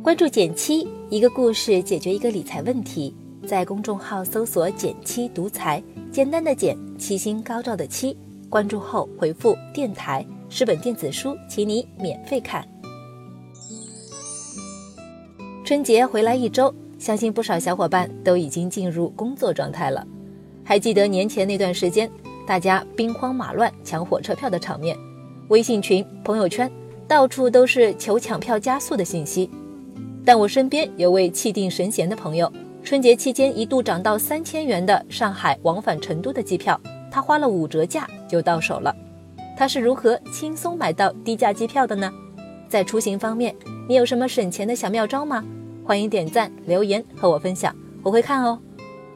关注减七，一个故事解决一个理财问题。在公众号搜索减七独裁，简单的减，七星高照的七。关注后回复电台，10本电子书，请你免费看。春节回来1周，相信不少小伙伴都已经进入工作状态了。还记得年前那段时间，大家兵荒马乱抢火车票的场面，微信群、朋友圈到处都是求抢票加速的信息。但我身边有位气定神闲的朋友，春节期间一度涨到3000元的上海往返成都的机票，他花了5折价就到手了。他是如何轻松买到低价机票的呢？在出行方面，你有什么省钱的小妙招吗？欢迎点赞留言和我分享，我会看哦。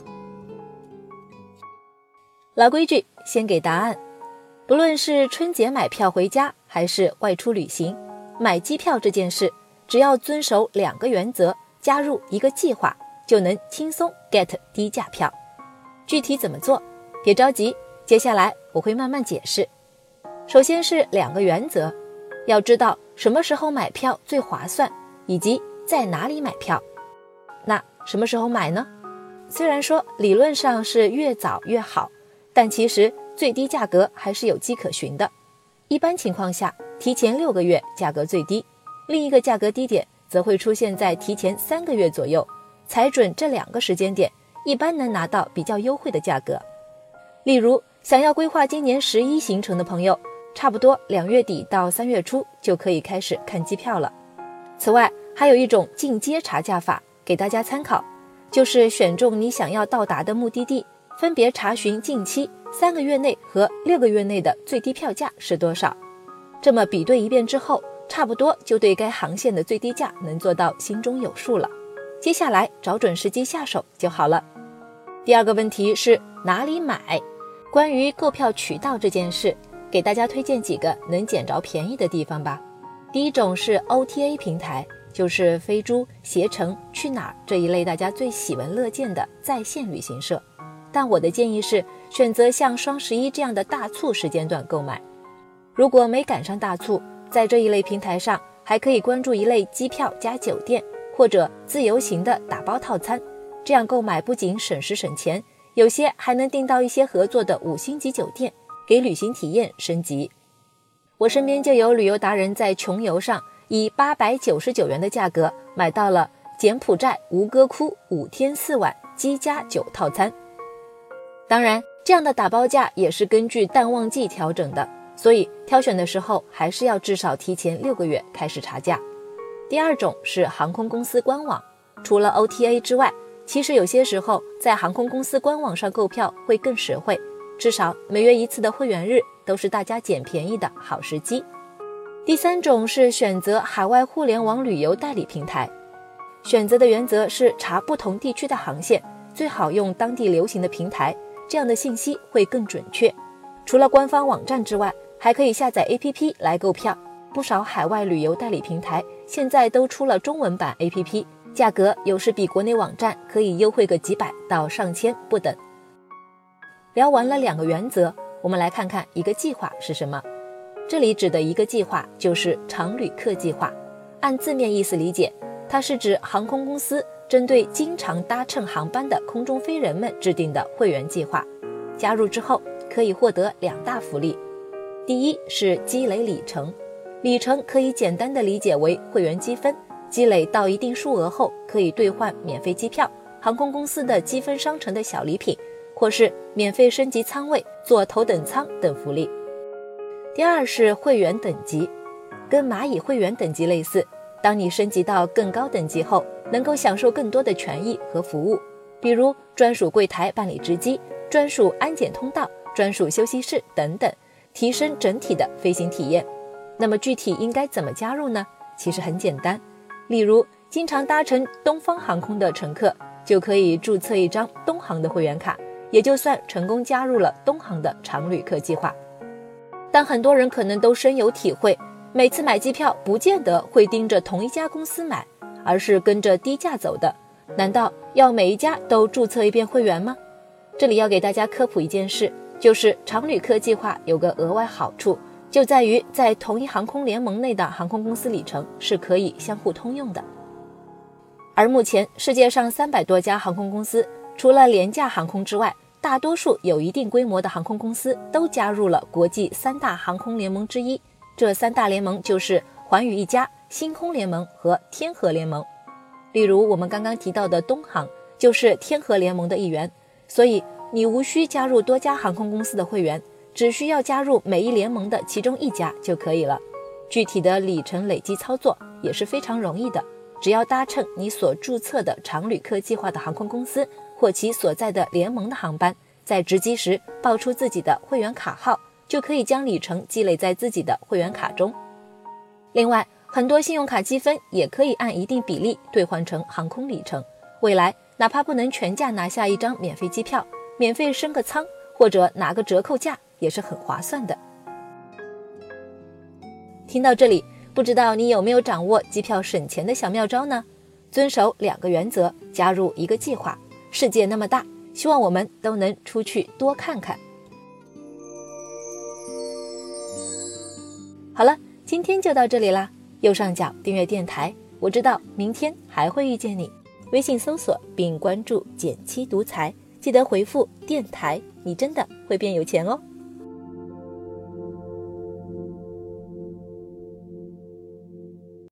老规矩，先给答案。不论是春节买票回家还是外出旅行，买机票这件事只要遵守2个原则，加入一个计划，就能轻松 get 低价票。具体怎么做？别着急，接下来我会慢慢解释。首先是2个原则，要知道什么时候买票最划算，以及在哪里买票。那什么时候买呢？虽然说理论上是越早越好，但其实最低价格还是有迹可循的。一般情况下，提前6个月价格最低，另一个价格低点则会出现在提前3个月左右，踩准这2个时间点，一般能拿到比较优惠的价格。例如，想要规划今年11行程的朋友，差不多2月底到3月初就可以开始看机票了。此外，还有一种进阶查价法给大家参考，就是选中你想要到达的目的地，分别查询近期3个月内和6个月内的最低票价是多少。这么比对一遍之后，差不多就对该航线的最低价能做到心中有数了。接下来找准时机下手就好了。第2个问题是哪里买？关于购票渠道这件事，给大家推荐几个能捡着便宜的地方吧。第一种是 OTA 平台，就是飞猪、携程、去哪儿这一类大家最喜闻乐见的在线旅行社。但我的建议是选择像双11这样的大促时间段购买。如果没赶上大促，在这一类平台上还可以关注一类机票加酒店或者自由行的打包套餐，这样购买不仅省时省钱，有些还能订到一些合作的5星级酒店，给旅行体验升级。我身边就有旅游达人在穷游上以899元的价格买到了柬埔寨吴哥窟5天4晚机加酒套餐。当然，这样的打包价也是根据淡旺季调整的，所以挑选的时候还是要至少提前6个月开始查价。第2种是航空公司官网，除了 OTA 之外，其实有些时候在航空公司官网上购票会更实惠，至少每月1次的会员日都是大家捡便宜的好时机。第3种是选择海外互联网旅游代理平台，选择的原则是查不同地区的航线，最好用当地流行的平台，这样的信息会更准确。除了官方网站之外，还可以下载 APP 来购票，不少海外旅游代理平台现在都出了中文版 APP， 价格有时比国内网站可以优惠个几百到上千不等。聊完了2个原则，我们来看看一个计划是什么。这里指的一个计划就是常旅客计划，按字面意思理解，它是指航空公司针对经常搭乘航班的空中飞人们制定的会员计划。加入之后可以获得2大福利。第一是积累里程，里程可以简单的理解为会员积分，积累到一定数额后可以兑换免费机票、航空公司的积分商城的小礼品，或是免费升级舱位、坐头等舱等福利。第2是会员等级，跟蚂蚁会员等级类似，当你升级到更高等级后，能够享受更多的权益和服务，比如专属柜台办理值机、专属安检通道、专属休息室等等，提升整体的飞行体验。那么具体应该怎么加入呢？其实很简单，例如经常搭乘东方航空的乘客就可以注册一张东航的会员卡，也就算成功加入了东航的常旅客计划。但很多人可能都深有体会，每次买机票不见得会盯着同一家公司买，而是跟着低价走的。难道要每一家都注册一遍会员吗？这里要给大家科普一件事，就是常旅客计划有个额外好处，就在于在同一航空联盟内的航空公司里程是可以相互通用的。 而目前世界上300多家航空公司，除了廉价航空之外，大多数有一定规模的航空公司都加入了国际3大航空联盟之一。这3大联盟就是寰宇一家、星空联盟和天合联盟。例如我们刚刚提到的东航就是天合联盟的一员，所以你无需加入多家航空公司的会员，只需要加入每一联盟的其中一家就可以了。具体的里程累积操作也是非常容易的，只要搭乘你所注册的常旅客计划的航空公司或其所在的联盟的航班，在值机时报出自己的会员卡号，就可以将里程积累在自己的会员卡中。另外，很多信用卡积分也可以按一定比例兑换成航空里程，未来哪怕不能全价拿下一张免费机票，免费升个舱或者拿个折扣价也是很划算的。听到这里，不知道你有没有掌握机票省钱的小妙招呢？遵守2个原则，加入1个计划。世界那么大，希望我们都能出去多看看。好了，今天就到这里啦。右上角订阅电台，我知道明天还会遇见你。微信搜索并关注减7独裁，记得回复电台，你真的会变有钱哦。